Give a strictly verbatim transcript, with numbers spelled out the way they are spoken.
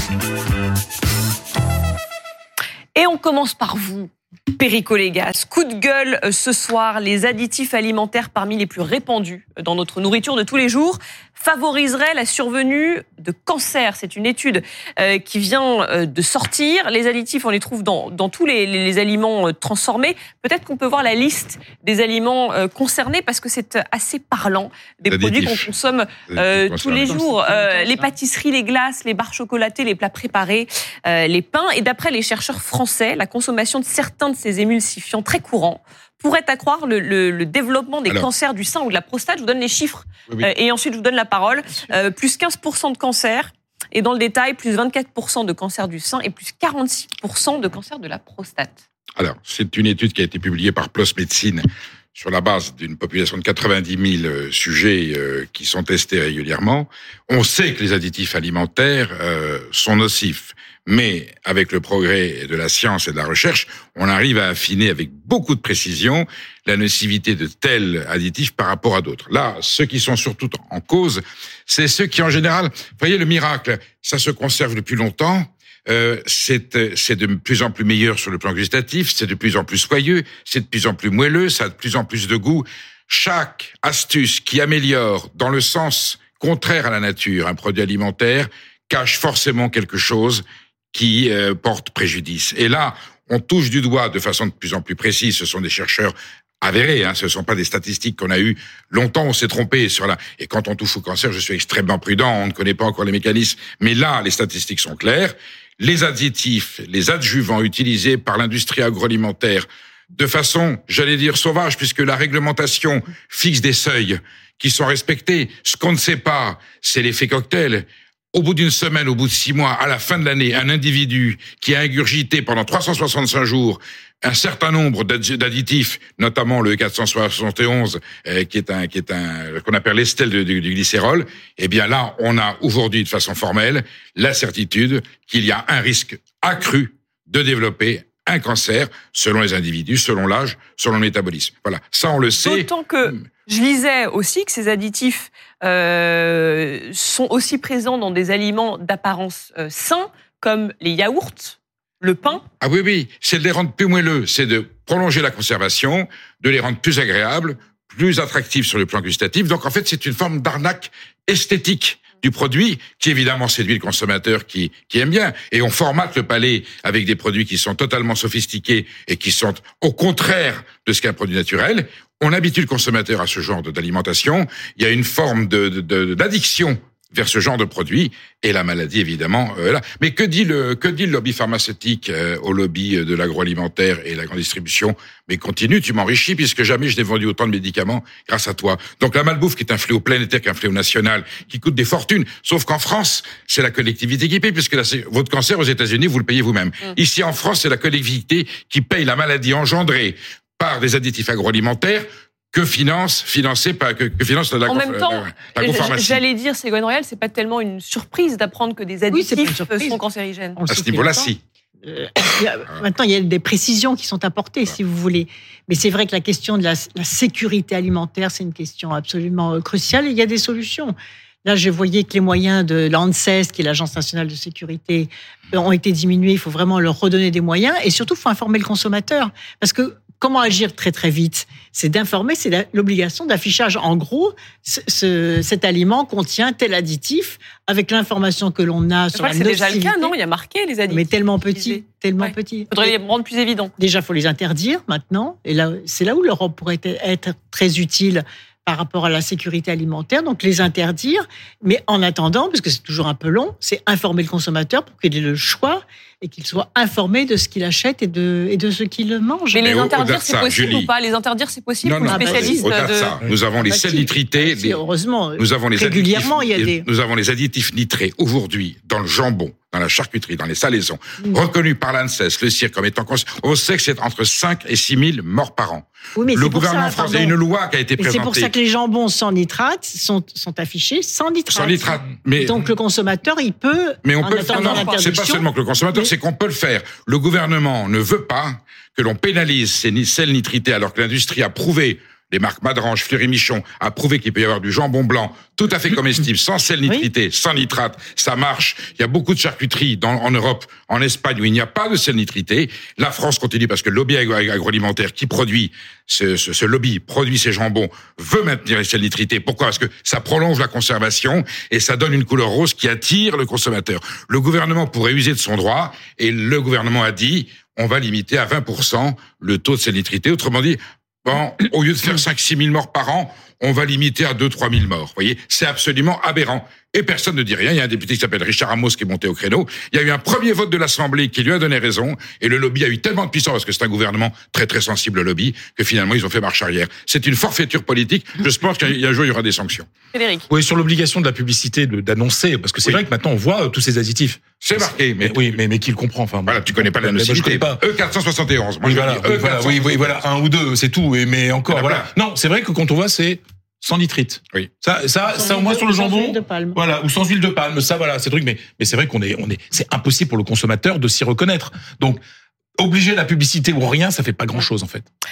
Et on commence par vous, Perico Légas. Coup de gueule ce soir, les additifs alimentaires parmi les plus répandus dans notre nourriture de tous les jours favoriseraient la survenue de cancers. C'est une étude euh, qui vient euh, de sortir. Les additifs, on les trouve dans, dans tous les, les, les aliments euh, transformés. Peut-être qu'on peut voir la liste des aliments euh, concernés parce que c'est assez parlant. Des Additifs. produits qu'on consomme euh, tous les jours. Euh, les pâtisseries, les glaces, les barres chocolatées, les plats préparés, euh, les pains. Et d'après les chercheurs français, la consommation de certains de ces émulsifiants très courants pourrait accroître le, le, le développement des Alors, cancers du sein ou de la prostate. Je vous donne les chiffres oui, oui. Euh, et ensuite je vous donne la parole. Euh, plus quinze pour cent de cancers et dans le détail, plus vingt-quatre pour cent de cancers du sein et plus quarante-six pour cent de cancers de la prostate. Alors, c'est une étude qui a été publiée par PLOS Médecine sur la base d'une population de quatre-vingt-dix mille euh, sujets euh, qui sont testés régulièrement. On sait que les additifs alimentaires euh, sont nocifs, mais avec le progrès de la science et de la recherche, on arrive à affiner avec beaucoup de précision la nocivité de tels additifs par rapport à d'autres. Là, ceux qui sont surtout en cause, c'est ceux qui, en général, vous voyez, le miracle, ça se conserve depuis longtemps. Euh, c'est, c'est de plus en plus meilleur sur le plan gustatif, c'est de plus en plus soyeux, c'est de plus en plus moelleux, ça a de plus en plus de goût. Chaque astuce qui améliore dans le sens contraire à la nature un produit alimentaire cache forcément quelque chose qui euh, porte préjudice. Et là, on touche du doigt de façon de plus en plus précise, ce sont des chercheurs avérés, hein, ce ne sont pas des statistiques qu'on a eues. Longtemps, on s'est trompé sur la... Et quand on touche au cancer, je suis extrêmement prudent, on ne connaît pas encore les mécanismes. Mais là, les statistiques sont claires. Les additifs, les adjuvants utilisés par l'industrie agroalimentaire de façon, j'allais dire, sauvage, puisque la réglementation fixe des seuils qui sont respectés. Ce qu'on ne sait pas, c'est l'effet cocktail. Au bout d'une semaine, au bout de six mois, à la fin de l'année, un individu qui a ingurgité pendant trois cent soixante-cinq jours un certain nombre d'additifs, notamment le quatre cent soixante et onze, euh, qui est un, qui est un, qu'on appelle l'estel du, du glycérol, eh bien là, on a aujourd'hui, de façon formelle, la certitude qu'il y a un risque accru de développer un cancer selon les individus, selon l'âge, selon le métabolisme. Voilà. Ça, on le sait. D'autant que je lisais aussi que ces additifs euh, sont aussi présents dans des aliments d'apparence euh, sains, comme les yaourts, le pain. Ah oui, oui, c'est de les rendre plus moelleux, c'est de prolonger la conservation, de les rendre plus agréables, plus attractifs sur le plan gustatif. Donc en fait, c'est une forme d'arnaque esthétique du produit qui évidemment séduit le consommateur qui, qui aime bien. Et on formate le palais avec des produits qui sont totalement sophistiqués et qui sont au contraire de ce qu'est un produit naturel. On habitue le consommateur à ce genre d'alimentation. Il y a une forme de, de, de, d'addiction vers ce genre de produits, et la maladie, évidemment, euh, là. Mais que dit le, que dit le lobby pharmaceutique euh, au lobby de l'agroalimentaire et la grande distribution? Mais continue, tu m'enrichis, puisque jamais je n'ai vendu autant de médicaments grâce à toi. Donc la malbouffe, qui est un fléau planétaire, qui est un fléau national, qui coûte des fortunes, sauf qu'en France, c'est la collectivité qui paye, puisque là, c'est, votre cancer aux États-Unis, vous le payez vous-même. Mmh. Ici, en France, c'est la collectivité qui paye la maladie engendrée par des additifs agroalimentaires, que finance, financé par, que, que finance la, en même temps, la, la, la j'allais dire, Ségolène Royal, c'est pas tellement une surprise d'apprendre que des additifs oui, sont cancérigènes. À ce niveau-là, si. Euh, maintenant, il y a des précisions qui sont apportées, ouais. si vous voulez. Mais c'est vrai que la question de la, la sécurité alimentaire, c'est une question absolument cruciale et il y a des solutions. Là, je voyais que les moyens de l'ANSES, qui est l'Agence nationale de sécurité, ont été diminués. Il faut vraiment leur redonner des moyens et surtout, il faut informer le consommateur. Parce que comment agir très très vite? C'est d'informer, c'est la, l'obligation d'affichage. En gros, ce, ce, cet aliment contient tel additif avec l'information que l'on a sur la nocivité. C'est déjà le cas, non? Il y a marqué les additifs. Mais tellement petits, tellement ouais. petits. Il faudrait les rendre plus évidents. Déjà, il faut les interdire maintenant. Et là, c'est là où l'Europe pourrait être très utile par rapport à la sécurité alimentaire, donc les interdire. Mais en attendant, parce que c'est toujours un peu long, c'est informer le consommateur pour qu'il ait le choix et qu'il soit informé de ce qu'il achète et de, et de ce qu'il mange. Mais les Mais interdire, c'est ça, possible Julie. ou pas? Les interdire, c'est possible non, pour non, les spécialistes au-delà de de... ça, nous avons les bah, sels si. nitrités. Si, les, heureusement, nous avons les régulièrement, additifs, il y a des... Nous avons les additifs nitrés aujourd'hui dans le jambon, dans la charcuterie, dans les salaisons, mmh. reconnus par l'ANSES, le C I R, comme étant... On sait que c'est entre cinq et six mille morts par an. Oui, mais le gouvernement ça, français, il y a une loi qui a été mais présentée. C'est pour ça que les jambons sans nitrate sont, sont affichés sans nitrate. Sans nitrate. Mais, donc le consommateur, il peut... Mais on peut le faire. Non, c'est pas seulement que le consommateur, mais... c'est qu'on peut le faire. Le gouvernement ne veut pas que l'on pénalise ces sels nitrités alors que l'industrie a prouvé les marques Madrange, Fleury-Michon, a prouvé qu'il peut y avoir du jambon blanc tout à fait comestible, sans sel nitrité, oui. sans nitrate. Ça marche. Il y a beaucoup de charcuteries dans, en Europe, en Espagne, où il n'y a pas de sel nitrité. La France continue parce que le lobby agroalimentaire qui produit, ce, ce, ce lobby produit ces jambons, veut maintenir les sels nitrités. Pourquoi? Parce que ça prolonge la conservation et ça donne une couleur rose qui attire le consommateur. Le gouvernement pourrait user de son droit et le gouvernement a dit, on va limiter à vingt pour cent le taux de sel nitrité. Autrement dit, bon, au lieu de faire cinq à six mille morts par an, on va limiter à deux à trois mille morts. Vous voyez, c'est absolument aberrant. Et personne ne dit rien. Il y a un député qui s'appelle Richard Amos qui est monté au créneau. Il y a eu un premier vote de l'Assemblée qui lui a donné raison. Et le lobby a eu tellement de puissance, parce que c'est un gouvernement très très sensible au lobby, que finalement ils ont fait marche arrière. C'est une forfaiture politique. Je pense qu'il y a un jour, il y aura des sanctions. Frédéric. Oui, sur l'obligation de la publicité, de, d'annoncer, parce que c'est oui. vrai que maintenant on voit euh, tous ces additifs. C'est marqué, mais, mais oui, mais mais qui le comprend, enfin. Voilà, tu connais pas la nocivité. E quatre cent soixante et onze. Moi, oui, voilà, oui, voilà, oui, oui, voilà, un ou deux, c'est tout. Et mais encore, voilà. Non, c'est vrai que quand on voit, c'est sans nitrite. Oui. Ça, ça, ça, au moins sur le jambon. Sans huile de palme. Voilà, ou sans huile de palme. Ça, voilà, ces trucs. Mais, mais c'est vrai qu'on est, on est, c'est impossible pour le consommateur de s'y reconnaître. Donc, obliger la publicité ou rien, ça fait pas grand chose, en fait.